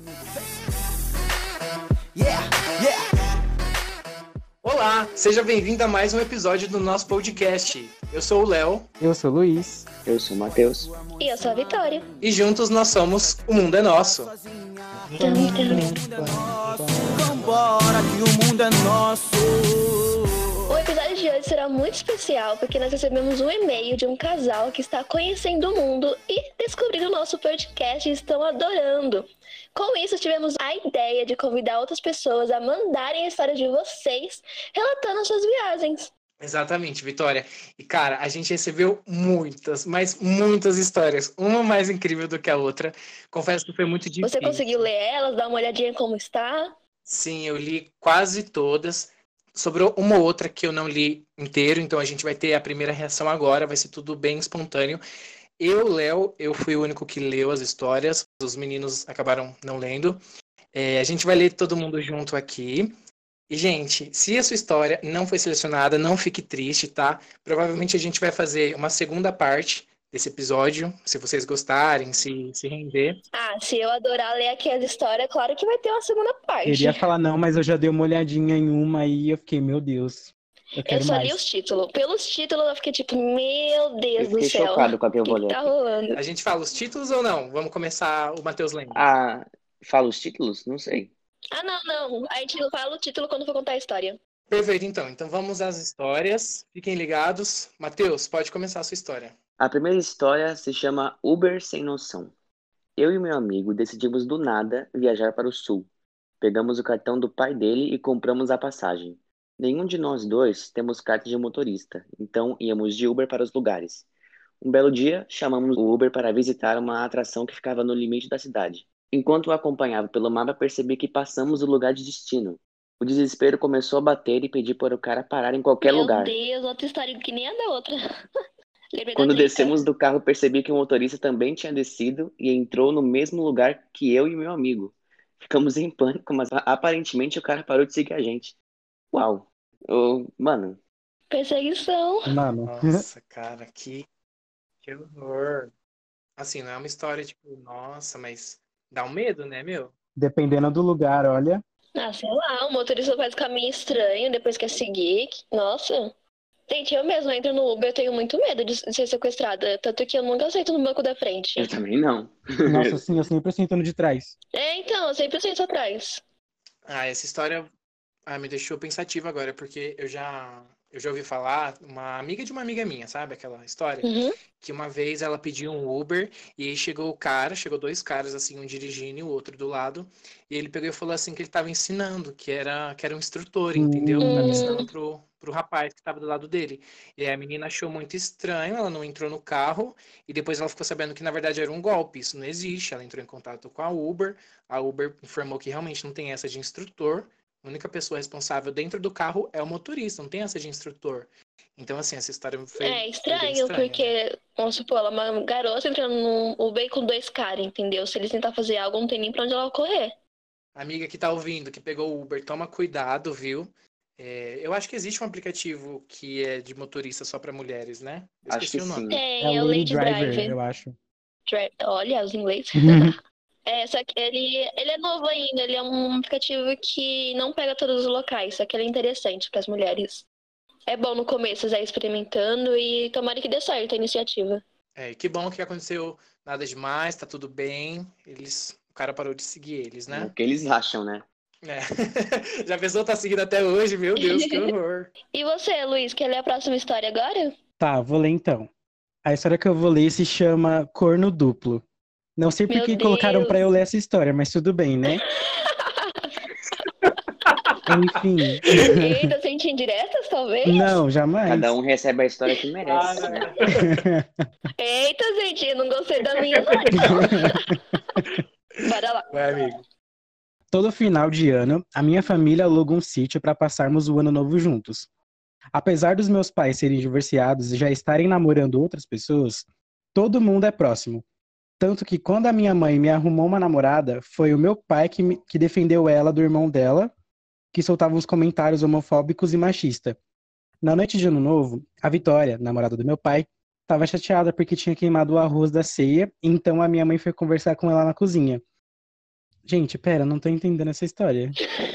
Olá, seja bem-vindo a mais um episódio do nosso podcast. Eu sou o Léo. Eu sou o Luiz. Eu sou o Matheus. E eu sou a Vitória. E juntos nós somos O Mundo é Nosso. Vambora que o mundo é nosso. O episódio de hoje será muito especial porque nós recebemos um e-mail de um casal que está conhecendo o mundo e descobrindo o nosso podcast e estão adorando. Com isso, tivemos a ideia de convidar outras pessoas a mandarem a história de vocês relatando suas viagens. Exatamente, Vitória. E, cara, a gente recebeu muitas, mas muitas histórias. Uma mais incrível do que a outra. Confesso que foi muito difícil. Você conseguiu ler elas, dar uma olhadinha como está? Sim, eu li quase todas. Sobrou uma ou outra que eu não li inteiro, então a gente vai ter a primeira reação agora, vai ser tudo bem espontâneo. Léo, eu fui o único que leu as histórias, os meninos acabaram não lendo. A gente vai ler todo mundo junto aqui. E, gente, se a sua história não foi selecionada, não fique triste, tá? Provavelmente a gente vai fazer uma segunda parte desse episódio, se vocês gostarem, se render. Ah, se eu adorar ler aqui as histórias, claro que vai ter uma segunda parte. Eu iria falar não, mas eu já dei uma olhadinha em uma e eu fiquei, meu Deus, eu só li os títulos. Pelos títulos eu fiquei tipo, meu Deus do céu. Eu fiquei chocado com a que eu vou ler. Tá rolando? A gente fala os títulos ou não? Vamos começar o Matheus lendo. Ah, fala os títulos? Não sei. Ah, não. A gente fala o título quando for contar a história. Perfeito, então vamos às histórias. Fiquem ligados. Matheus, pode começar a sua história. A primeira história se chama Uber Sem Noção. Eu e meu amigo decidimos do nada viajar para o sul. Pegamos o cartão do pai dele e compramos a passagem. Nenhum de nós dois temos carta de motorista, então íamos de Uber para os lugares. Um belo dia, chamamos o Uber para visitar uma atração que ficava no limite da cidade. Enquanto o acompanhava pelo mapa, percebi que passamos o lugar de destino. O desespero começou a bater e pedi para o cara parar em qualquer lugar. Meu Deus, outra história que nem a da outra. Quando descemos do carro, percebi que o motorista também tinha descido e entrou no mesmo lugar que eu e meu amigo. Ficamos em pânico, mas aparentemente o cara parou de seguir a gente. Uau. Mano. Perseguição. Mano. Nossa, cara, que horror. Assim, não é uma história tipo, nossa, mas dá um medo, né, meu? Dependendo do lugar, olha. Ah, sei lá, o motorista faz caminho estranho, depois quer seguir. Nossa. Gente, eu mesmo entro no Uber, eu tenho muito medo de ser sequestrada. Tanto que eu nunca sento no banco da frente. Eu também não. Nossa, sim, eu sempre sinto no de trás. Então, eu sempre sento atrás. Ah, essa história me deixou pensativo agora, porque eu já ouvi falar, uma amiga de uma amiga minha, sabe? Aquela história. Uhum. Que uma vez ela pediu um Uber e aí chegou dois caras, assim, um dirigindo e o outro do lado. E ele pegou e falou assim que ele estava ensinando, que era um instrutor, entendeu? Tava ensinando pro rapaz que estava do lado dele. E aí a menina achou muito estranho, ela não entrou no carro e depois ela ficou sabendo que na verdade era um golpe, isso não existe. Ela entrou em contato com a Uber informou que realmente não tem essa de instrutor. A única pessoa responsável dentro do carro é o motorista, não tem essa de instrutor. Então, assim, essa história foi. É estranho, porque, né? Vamos supor, ela é uma garota entrando num Uber com dois caras, entendeu? Se eles tentar fazer algo, não tem nem pra onde ela correr. Amiga que tá ouvindo, que pegou o Uber, toma cuidado, viu? Eu acho que existe um aplicativo que é de motorista só pra mulheres, né? Eu acho que o nome. sim. Tem, É o o Lady Lady Driver, eu acho. Olha, os inglês. Só que ele é novo ainda, ele é um aplicativo que não pega todos os locais, só que ele é interessante pras mulheres. É bom no começo, já experimentando e tomara que dê certo a iniciativa. Que bom que aconteceu nada demais, tá tudo bem. O cara parou de seguir eles, né? É o que eles acham, né? Já pensou tá seguindo até hoje? Meu Deus, que horror. E você, Luiz, quer ler a próxima história agora? Tá, vou ler então. A história que eu vou ler se chama Corno Duplo. Não sei por que colocaram pra eu ler essa história, mas tudo bem, né? Enfim. Eita, sente indiretas, talvez? Não, jamais. Cada um recebe a história que merece, né? Eita, gente, eu não gostei da minha, não. Bora lá. Vai, amigo. Todo final de ano, a minha família aluga um sítio para passarmos o ano novo juntos. Apesar dos meus pais serem divorciados e já estarem namorando outras pessoas, todo mundo é próximo. Tanto que quando a minha mãe me arrumou uma namorada, foi o meu pai que defendeu ela do irmão dela, que soltava uns comentários homofóbicos e machista. Na noite de ano novo, a Vitória, namorada do meu pai, estava chateada porque tinha queimado o arroz da ceia, então a minha mãe foi conversar com ela na cozinha. Gente, pera, não tô entendendo essa história.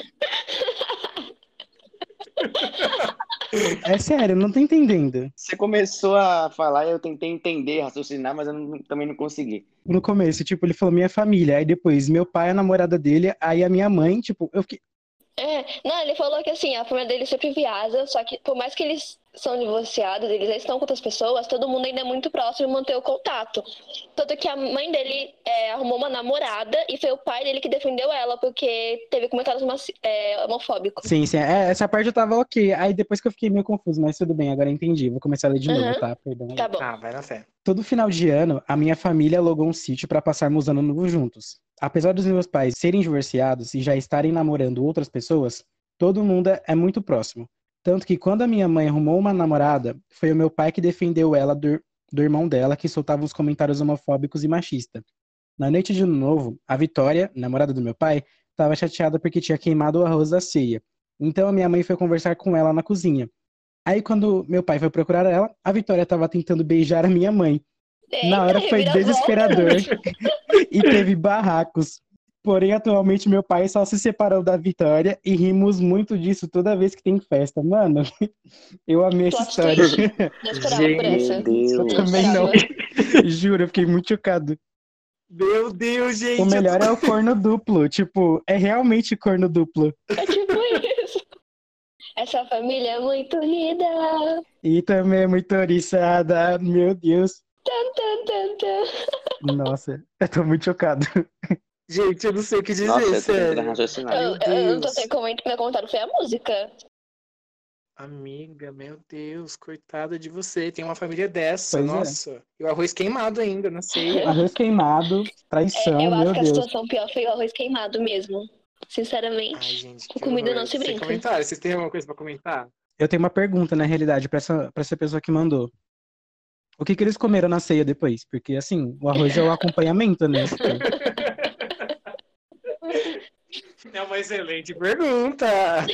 É sério, não tô entendendo. Você começou a falar e eu tentei entender, raciocinar, mas também não consegui. No começo, tipo, ele falou minha família, aí depois meu pai, a namorada dele, aí a minha mãe, tipo, eu fiquei. Não, ele falou que assim, a família dele sempre viaja, só que por mais que eles são divorciados, eles já estão com outras pessoas, todo mundo ainda é muito próximo e manter o contato. Tanto que a mãe dele arrumou uma namorada e foi o pai dele que defendeu ela, porque teve comentários homofóbicos. Sim, essa parte eu tava ok. Aí depois que eu fiquei meio confuso, mas tudo bem, agora eu entendi. Vou começar a ler de novo, tá? Perdão. Tá bom. Vai na fé. Todo final de ano, a minha família alugou um sítio para passarmos ano novo juntos. Apesar dos meus pais serem divorciados e já estarem namorando outras pessoas, todo mundo é muito próximo. Tanto que quando a minha mãe arrumou uma namorada, foi o meu pai que defendeu ela do irmão dela, que soltava uns comentários homofóbicos e machistas. Na noite de ano novo, a Vitória, namorada do meu pai, estava chateada porque tinha queimado o arroz da ceia. Então a minha mãe foi conversar com ela na cozinha. Aí quando meu pai foi procurar ela, a Vitória estava tentando beijar a minha mãe. Na hora foi desesperador e teve barracos. Porém, atualmente meu pai só se separou da Vitória e rimos muito disso toda vez que tem festa. Mano, eu amei essa história. Não esperava por essa. Meu Deus. Eu também não. Juro, eu fiquei muito chocado. Meu Deus, gente. O melhor é o corno duplo. Tipo, é realmente corno duplo. É tipo isso. Essa família é muito unida. E também é muito oriçada. Meu Deus. Tan, tan, tan, tan. Nossa, eu tô muito chocado. Gente, eu não sei o que dizer, Nossa, eu tô tentando sério. raciocinar. Meu Eu não tô Deus. sem comentário, meu comentário foi a música. Amiga, meu Deus, coitada de você. Tem uma família dessa, Pois é. nossa. E o arroz queimado ainda, na ceia. Arroz queimado, traição, Eu acho meu que a Deus. situação pior foi o arroz queimado mesmo. Sinceramente, Ai, gente, com que comida horror. não se Sem brinca. comentário. Vocês têm alguma coisa pra comentar? Eu tenho uma pergunta, na realidade, pra essa pessoa que mandou. O que eles comeram na ceia depois? Porque, assim, o arroz é o acompanhamento, né? É uma excelente pergunta.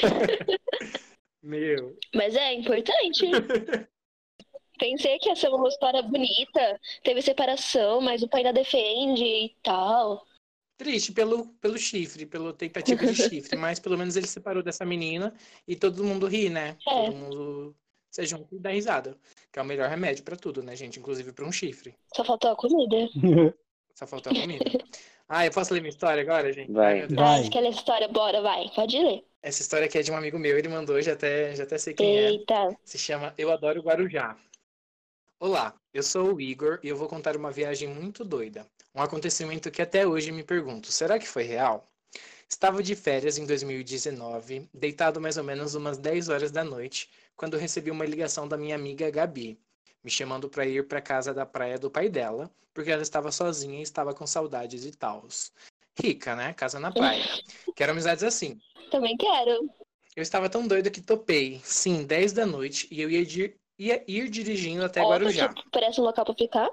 Meu. Mas é importante. Pensei que ia ser uma história bonita, teve separação, mas o pai ainda defende e tal. Triste pelo chifre, pela tentativa de chifre, mas pelo menos ele separou dessa menina e todo mundo ri, né? É. Todo mundo se junta e dá risada. Que é o melhor remédio pra tudo, né, gente? Inclusive pra um chifre. Só faltou a comida. Só faltou a comida. Eu posso ler minha história agora, gente? Vai. Ai, meu Deus. Vai. Aquela história, bora, vai, pode ler. Essa história aqui é de um amigo meu, ele mandou, já até sei quem é. Eita. Se chama Eu Adoro Guarujá. Olá, eu sou o Igor e eu vou contar uma viagem muito doida. Um acontecimento que até hoje me pergunto, será que foi real? Estava de férias em 2019, deitado mais ou menos umas 10 horas da noite, quando recebi uma ligação da minha amiga Gabi, me chamando para ir para casa da praia do pai dela, porque ela estava sozinha e estava com saudades e tals. Rica, né? Casa na praia. Quero amizades assim. Também quero. Eu estava tão doido que topei. Sim, 10 da noite e eu ia ir dirigindo até Óbvio Guarujá. que oferece um local pra ficar.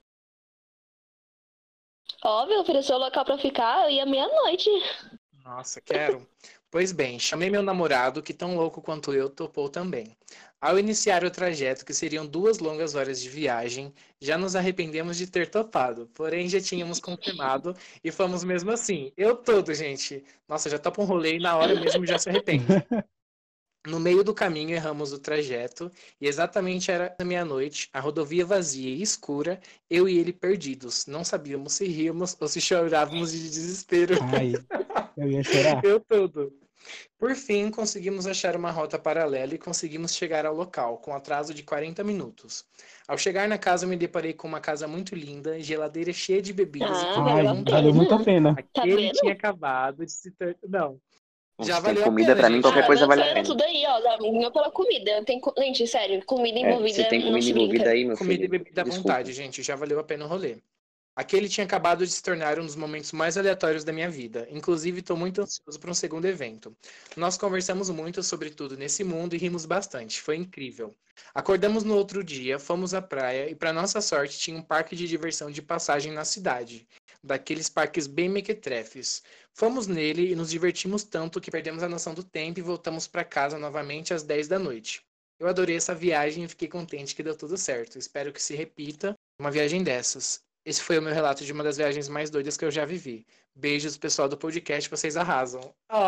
Óbvio, ofereceu um local pra ficar, eu ia meia-noite. Nossa, quero. Pois bem, chamei meu namorado, que tão louco quanto eu, topou também. Ao iniciar o trajeto, que seriam 2 longas horas de viagem, já nos arrependemos de ter topado. Porém, já tínhamos confirmado e fomos mesmo assim. Eu todo, gente. Nossa, já topa um rolê e na hora mesmo já se arrepende. No meio do caminho erramos o trajeto e exatamente era meia-noite, a rodovia vazia e escura, eu e ele perdidos. Não sabíamos se ríamos ou se chorávamos de desespero. Ai, eu ia chorar. Eu todo. Por fim, conseguimos achar uma rota paralela e conseguimos chegar ao local, com atraso de 40 minutos. Ao chegar na casa, eu me deparei com uma casa muito linda, geladeira cheia de bebidas e comida Ai, à vontade. valeu muito a pena. Aquele vendo? tinha acabado de se tornar... Não. Já Tem valeu a comida pena, pra mim, gente. qualquer coisa vale a pena. Tudo aí, ó, não pela comida. Gente, sério, comida envolvida Se tem não comida se envolvida brinca. aí, meu Comida e filho, bebida à desculpa. vontade, gente. Já valeu a pena o rolê. Aquele tinha acabado de se tornar um dos momentos mais aleatórios da minha vida. Inclusive, estou muito ansioso para um segundo evento. Nós conversamos muito sobre tudo nesse mundo e rimos bastante. Foi incrível. Acordamos no outro dia, fomos à praia e, para nossa sorte, tinha um parque de diversão de passagem na cidade. Daqueles parques bem mequetrefes. Fomos nele e nos divertimos tanto que perdemos a noção do tempo e voltamos para casa novamente às 10 da noite. Eu adorei essa viagem e fiquei contente que deu tudo certo. Espero que se repita uma viagem dessas. Esse foi o meu relato de uma das viagens mais doidas que eu já vivi. Beijos, pessoal do podcast, vocês arrasam.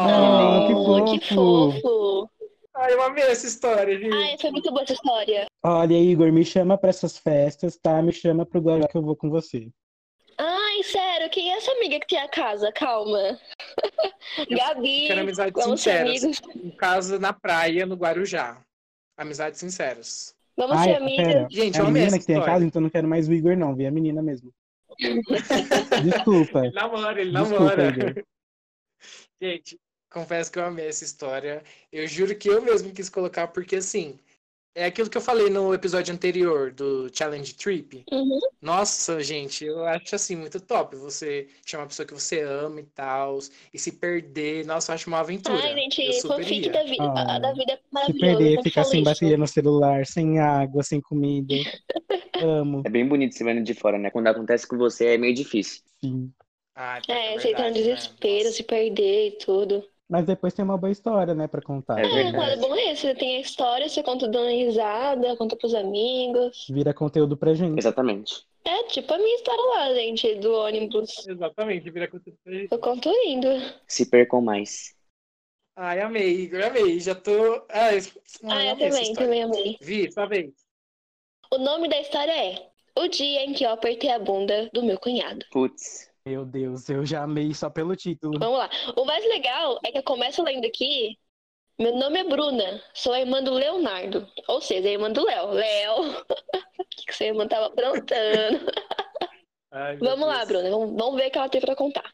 Que que fofo. fofo. Ai, eu amei essa história, gente. Ai, foi muito boa essa história. Olha, Igor, me chama pra essas festas, tá? Me chama pro Guará que eu vou com você. Ai, sério, quem é essa amiga que tem a casa? Calma. Gabi, Quero amizades vamos ser sinceras. amigos. Um caso na praia, no Guarujá. Amizades sinceras. Vamos ser Ai, amigas. pera. Gente, É eu a amei menina essa que tem a história. casa, então não quero mais o Igor, não. Vi a menina mesmo. Desculpa. Ele namora, ele Desculpa, namora. Igor. Gente, confesso que eu amei essa história. Eu juro que eu mesmo quis colocar, porque assim, é aquilo que eu falei no episódio anterior do Challenge Trip. Uhum. Nossa, gente, eu acho assim muito top. Você chamar uma pessoa que você ama e tal, e se perder. Nossa, eu acho uma aventura. Ai, Eu gente, super fanfic ia. da vida. Ah, A da vida é Se maravilhosa. perder, Eu sempre ficar falo sem isso. bateria no celular, sem água, sem comida. Amo. É bem bonito se vendo de fora, né? Quando acontece com você é meio difícil. Sim. Ah, Você tá no verdade, né? desespero, Nossa. se perder e tudo. Mas depois tem uma boa história, né, pra contar. É O lado verdade. bom é esse, você tem a história, você conta dando risada, conta pros amigos. Vira conteúdo pra gente. Exatamente. É tipo a minha história lá, gente, do ônibus. Exatamente, vira conteúdo pra gente. Eu conto indo. Se percam mais. Ai, amei, Igor, amei. Já tô. Ai, Ah, eu amei essa também, história. também amei. Vi, sua vez. O nome da história é O Dia em que eu apertei a bunda do meu cunhado. Putz. Meu Deus, eu já amei só pelo título. Vamos lá. O mais legal é que eu começo lendo aqui. Meu nome é Bruna, sou a irmã do Leonardo. Ou seja, a irmã do Léo. Léo, o que sua irmã tava aprontando? Ai, meu Vamos lá, Deus. Bruna, vamos ver o que ela tem pra contar.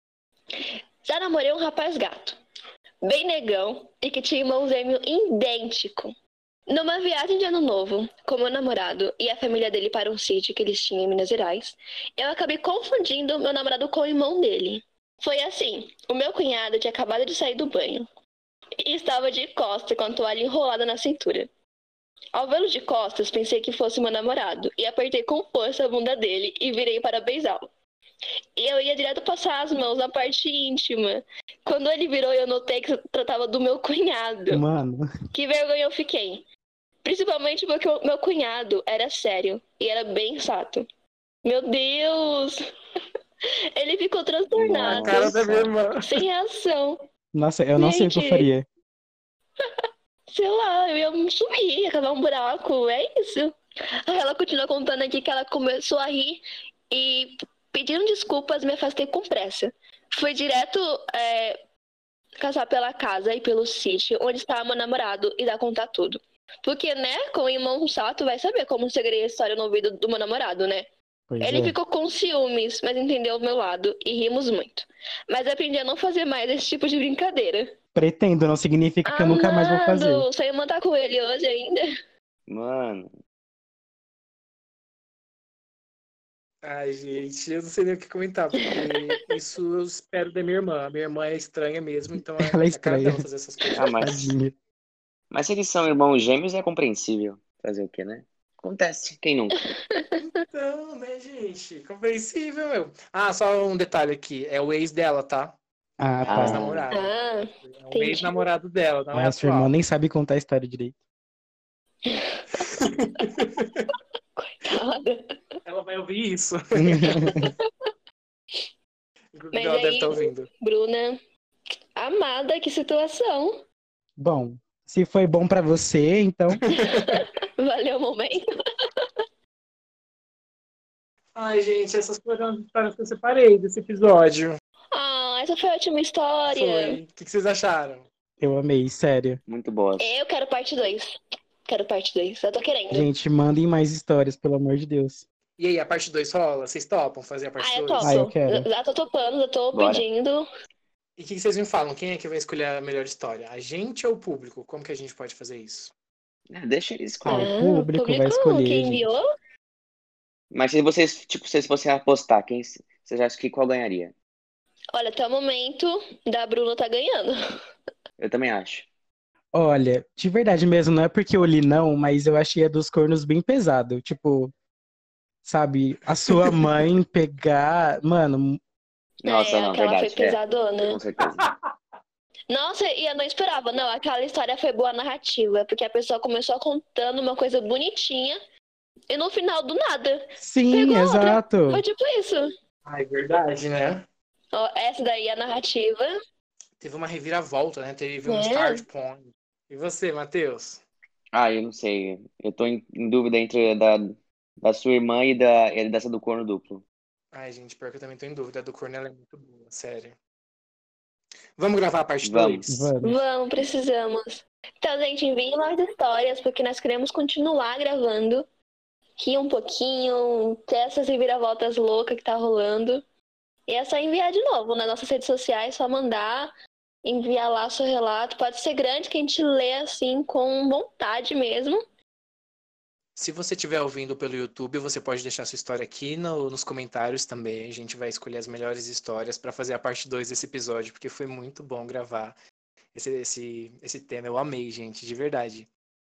Já namorei um rapaz gato, bem negão e que tinha irmão gêmeo idêntico. Numa viagem de ano novo, com meu namorado e a família dele para um sítio que eles tinham em Minas Gerais, eu acabei confundindo meu namorado com o irmão dele. Foi assim, o meu cunhado tinha acabado de sair do banho e estava de costas com a toalha enrolada na cintura. Ao vê-lo de costas, pensei que fosse meu namorado e apertei com força a bunda dele e virei para beijá-lo. E eu ia direto passar as mãos na parte íntima. Quando ele virou, eu notei que se tratava do meu cunhado. Mano, Que vergonha eu fiquei. Principalmente porque o meu cunhado era sério e era bem chato. Meu Deus! Ele ficou A transtornado, cara da minha irmã. sem reação. nossa, eu não sei o que eu Gente. faria. Sei lá, eu ia subir, ia cavar um buraco, é isso. Aí ela continua contando aqui que ela começou a rir e pedindo desculpas, me afastei com pressa. Fui direto caçar pela casa e pelo sítio onde estava meu namorado e dar contar tudo. Porque, né, com o irmão chato vai saber como segredei a história no ouvido do meu namorado, né? Pois Ele é. ficou com ciúmes, mas entendeu o meu lado e rimos muito. Mas aprendi a não fazer mais esse tipo de brincadeira. Pretendo, não significa que eu nunca mais vou fazer. Amado, sua irmã tá com ele hoje ainda? Mano. Ai, gente, eu não sei nem o que comentar, porque isso eu espero da minha irmã. A minha irmã é estranha mesmo, então Ela é a cara dela estranha. fazer essas coisas. Ah, mas Tadinha. se eles são irmãos gêmeos é compreensível. Fazer o quê, né? Acontece. Quem nunca? Então, né, gente? Compreensível, meu. Ah, só um detalhe aqui. É o ex dela, tá? Ah, Ah. tá. Ex-namorado. Ah, É o entendi. ex-namorado dela, não é Mas sua irmã atual. nem sabe contar a história direito. Coitada. Ela vai ouvir isso. Mas Ela deve aí- estar ouvindo. Bruna, amada, que situação. Bom, se foi bom pra você, então Valeu o momento. Ai, gente, essas foram as histórias que eu separei desse episódio. Ah, essa foi a última história. Foi. O que vocês acharam? eu amei, sério. Muito boas. Eu quero parte 2. Quero parte 2. Eu tô querendo. Gente, mandem mais histórias, pelo amor de Deus. E aí, a parte 2 rola? Vocês topam fazer a parte Eu 2? topo. Ah, eu quero. Já tô topando, já tô Bora. pedindo. E o que vocês me falam? Quem é que vai escolher a melhor história? A gente ou o público? Como que a gente pode fazer isso? Deixa eles Ah, escolher. o público vai escolher, Quem gente. enviou? Mas se vocês, tipo, se fossem apostar, quem vocês acham que qual ganharia? Olha, até o momento, da Bruna tá ganhando. Eu também acho. Olha, de verdade mesmo, não é porque eu li não, mas eu achei a dos cornos bem pesado. Tipo, sabe, a sua mãe pegar... Mano, Nossa, não, aquela verdade. foi pesadona. Com certeza. Nossa, e eu não esperava. Não, aquela história foi boa narrativa, porque a pessoa começou contando uma coisa bonitinha e no final do nada. sim, Pegou outra. exato. Foi tipo isso. Ai, verdade, né? Ó, essa daí é a narrativa. Teve uma reviravolta, né? Teve um É. start point. E você, Matheus? Eu não sei. Eu tô em dúvida entre da sua irmã e dessa do corno duplo. Ai, gente, pior que eu também tô em dúvida. A do Cornel é muito boa, sério. Vamos gravar a parte Vamos. 2? Vamos. Vamos, precisamos. Então, gente, enviem mais histórias, porque nós queremos continuar gravando aqui um pouquinho, ter essas reviravoltas loucas que tá rolando. E é só enviar de novo nas nossas redes sociais, só mandar, enviar lá seu relato. Pode ser grande, que a gente lê assim com vontade mesmo. Se você estiver ouvindo pelo YouTube, você pode deixar sua história aqui nos comentários também. A gente vai escolher as melhores histórias para fazer a parte 2 desse episódio, porque foi muito bom gravar esse tema. Eu amei, gente, de verdade.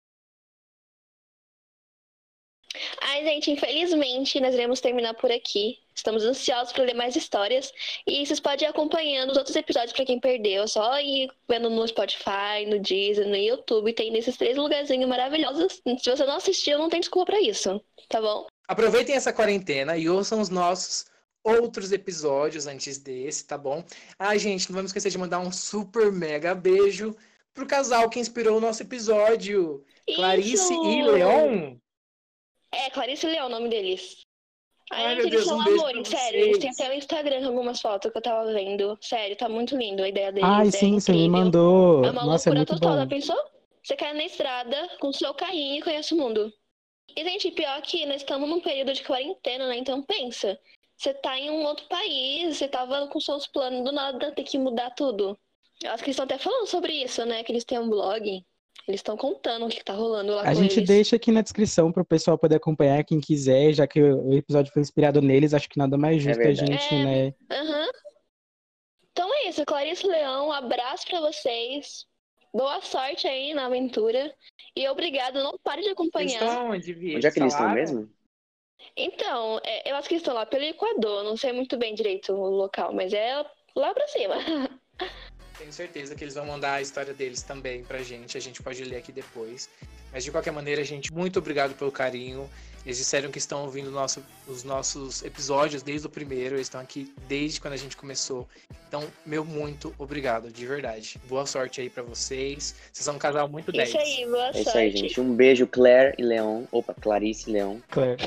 Ai, gente, infelizmente nós iremos terminar por aqui. Estamos ansiosos para ler mais histórias. E vocês podem ir acompanhando os outros episódios para quem perdeu. É só ir vendo no Spotify, no Deezer, no YouTube. Tem nesses 3 lugarzinhos maravilhosos. Se você não assistiu, não tem desculpa para isso. Tá bom? Aproveitem essa quarentena e ouçam os nossos outros episódios antes desse, tá bom? Gente, não vamos esquecer de mandar um super mega beijo pro casal que inspirou o nosso episódio. Clarice e Leon. É, Clarice e Leon, o nome deles. Ai, Gente, meu eles Deus, são um beijo amores, pra sério. Eles têm vocês. até o Instagram com algumas fotos que eu tava vendo. Sério, tá muito lindo a ideia deles. Ai, é sim, você me incrível. mandou. É uma Nossa, é loucura muito total, bom. já pensou? Você cai na estrada com seu carrinho e conhece o mundo. E, gente, pior que nós estamos num período de quarentena, né? Então pensa, você tá em um outro país, você tava com seus planos, do nada ter que mudar tudo. Eu acho que eles estão até falando sobre isso, né? Que eles têm um blog. Eles estão contando o que tá rolando lá A com gente eles. deixa aqui na descrição pro pessoal poder acompanhar, quem quiser, já que o episódio foi inspirado neles, acho que nada mais justo a verdade. gente, É. né? Aham. Então é isso, Clarice e Leão, um abraço pra vocês. Boa sorte aí na aventura. E obrigado, não pare de Eles acompanhar. estão onde, Vi? Onde é que eles estão falaram? mesmo? Então, eu acho que eles estão lá pelo Equador, não sei muito bem direito o local, mas é lá pra cima. Tenho certeza que eles vão mandar a história deles também pra gente. A gente pode ler aqui depois. Mas de qualquer maneira, gente, muito obrigado pelo carinho. Eles disseram que estão ouvindo os nossos episódios desde o primeiro. Eles estão aqui desde quando a gente começou. Então, meu muito obrigado, de verdade. Boa sorte aí pra vocês. Vocês são um casal muito 10. Isso aí, boa É sorte. isso aí, gente. Um beijo, Claire e Leon. Opa, Clarice e Leon. Claire.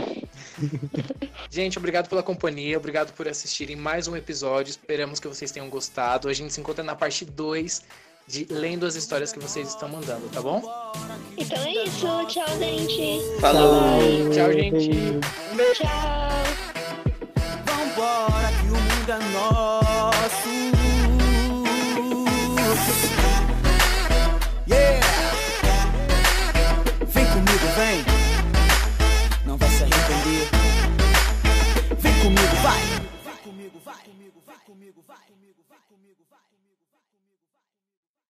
Gente, obrigado pela companhia, obrigado por assistirem mais um episódio. Esperamos que vocês tenham gostado. A gente se encontra na parte 2 de Lendo as Histórias que vocês estão mandando, tá bom? Então é isso, tchau, gente. Falou! Tchau, gente. Um beijo. Tchau. Vambora que o mundo é nosso. Yeah! Vem comigo, vem. Não vai se arrepender. Vem comigo, vai. Vem comigo, vai. Vem comigo, vai. Vem comigo, vai.